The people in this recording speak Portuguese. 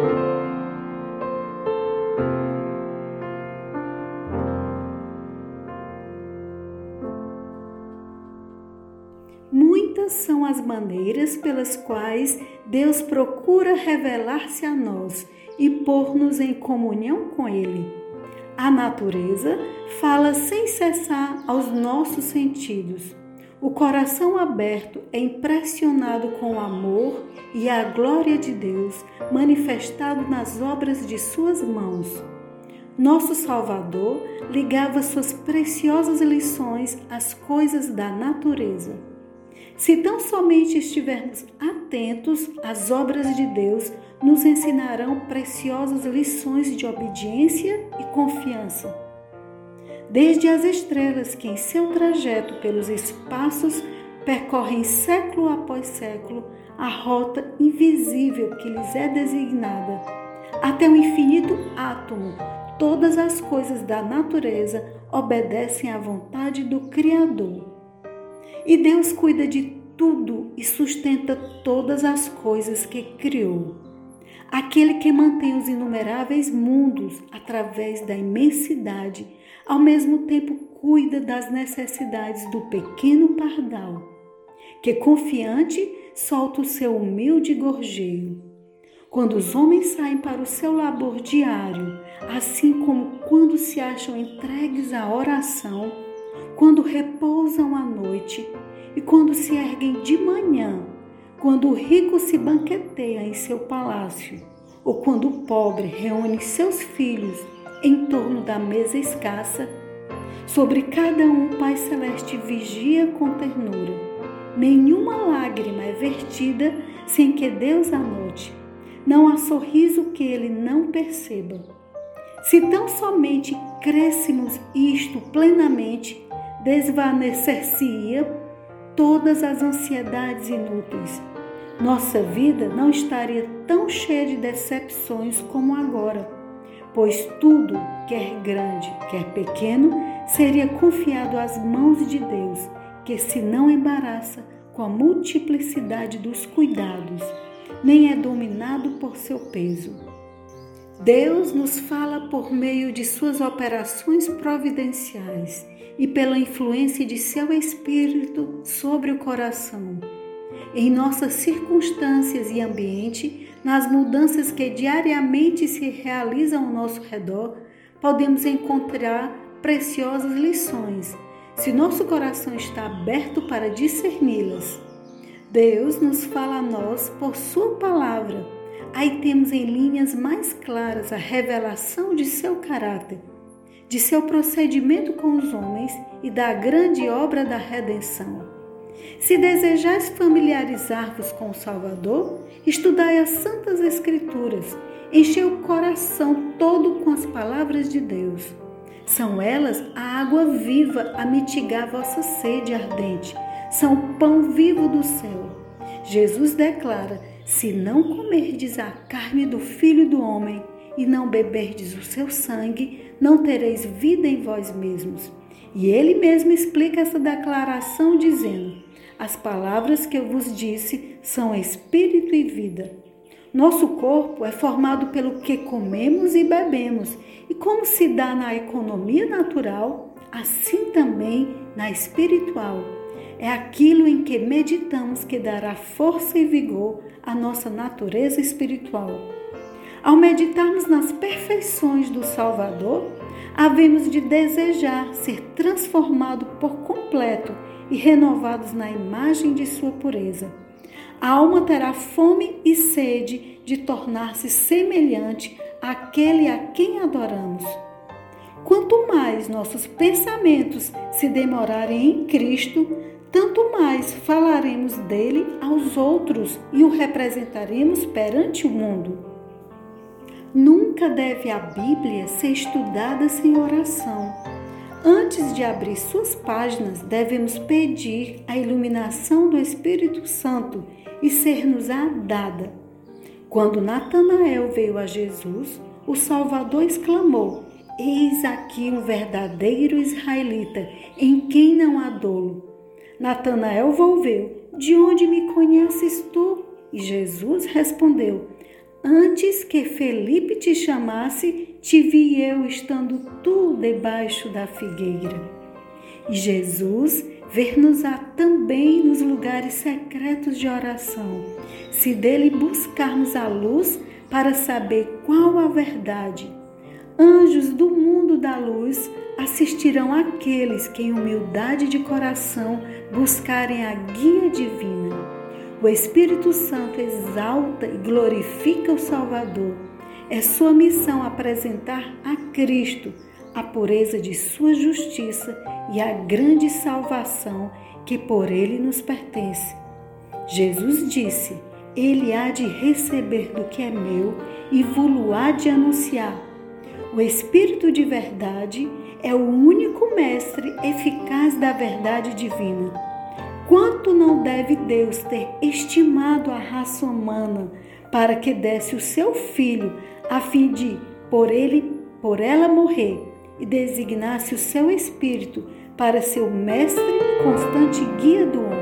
Muitas são as maneiras pelas quais Deus procura revelar-se a nós e pôr-nos em comunhão com Ele. A natureza fala sem cessar aos nossos sentidos. O coração aberto é impressionado com o amor e a glória de Deus manifestado nas obras de suas mãos. Nosso Salvador ligava suas preciosas lições às coisas da natureza. Se tão somente estivermos atentos, as obras de Deus nos ensinarão preciosas lições de obediência e confiança. Desde as estrelas que em seu trajeto pelos espaços percorrem século após século a rota invisível que lhes é designada, até o infinito átomo, todas as coisas da natureza obedecem à vontade do Criador. E Deus cuida de tudo e sustenta todas as coisas que criou. Aquele que mantém os inumeráveis mundos através da imensidade, ao mesmo tempo cuida das necessidades do pequeno pardal, que confiante solta o seu humilde gorjeio. Quando os homens saem para o seu labor diário, assim como quando se acham entregues à oração, quando repousam à noite e quando se erguem de manhã, quando o rico se banqueteia em seu palácio, ou quando o pobre reúne seus filhos em torno da mesa escassa, sobre cada um o Pai Celeste vigia com ternura. Nenhuma lágrima é vertida sem que Deus a note. Não há sorriso que Ele não perceba. Se tão somente crêssemos isto plenamente, desvanecer-se-ia todas as ansiedades inúteis. Nossa vida não estaria tão cheia de decepções como agora, pois tudo, quer grande, quer pequeno, seria confiado às mãos de Deus, que se não embaraça com a multiplicidade dos cuidados, nem é dominado por seu peso. Deus nos fala por meio de suas operações providenciais e pela influência de seu Espírito sobre o coração. Em nossas circunstâncias e ambiente, nas mudanças que diariamente se realizam ao nosso redor, podemos encontrar preciosas lições, se nosso coração está aberto para discerni-las. Deus nos fala a nós por sua palavra. Aí temos em linhas mais claras a revelação de seu caráter, de seu procedimento com os homens e da grande obra da redenção. Se desejais familiarizar-vos com o Salvador, estudai as Santas Escrituras, enchei o coração todo com as palavras de Deus. São elas a água viva a mitigar vossa sede ardente, são o pão vivo do céu. Jesus declara: se não comerdes a carne do Filho do Homem e não beberdes o seu sangue, não tereis vida em vós mesmos. E ele mesmo explica essa declaração dizendo: as palavras que eu vos disse são espírito e vida. Nosso corpo é formado pelo que comemos e bebemos, e como se dá na economia natural, assim também na espiritual. É aquilo em que meditamos que dará força e vigor à nossa natureza espiritual. Ao meditarmos nas perfeições do Salvador, havemos de desejar ser transformado por completo e renovados na imagem de sua pureza. A alma terá fome e sede de tornar-se semelhante àquele a quem adoramos. Quanto mais nossos pensamentos se demorarem em Cristo, tanto mais falaremos dele aos outros e o representaremos perante o mundo. Nunca deve a Bíblia ser estudada sem oração. Antes de abrir suas páginas, devemos pedir a iluminação do Espírito Santo e ser-nos-á dada. Quando Natanael veio a Jesus, o Salvador exclamou: eis aqui um verdadeiro israelita, em quem não há dolo. Natanael volveu: de onde me conheces tu? E Jesus respondeu: Antes que Felipe te chamasse, te vi eu estando tu debaixo da figueira. E Jesus ver-nos-á também nos lugares secretos de oração, se dele buscarmos a luz para saber qual a verdade. Anjos do mundo da luz assistirão àqueles que em humildade de coração buscarem a guia divina. O Espírito Santo exalta e glorifica o Salvador. É sua missão apresentar a Cristo a pureza de sua justiça e a grande salvação que por ele nos pertence. Jesus disse: Ele há de receber do que é meu e vô-lo há de anunciar. O Espírito de verdade é o único mestre eficaz da verdade divina. Quanto não deve Deus ter estimado a raça humana para que desse o seu Filho a fim de, por ela morrer, e designasse o seu Espírito para ser o mestre constante guia do homem.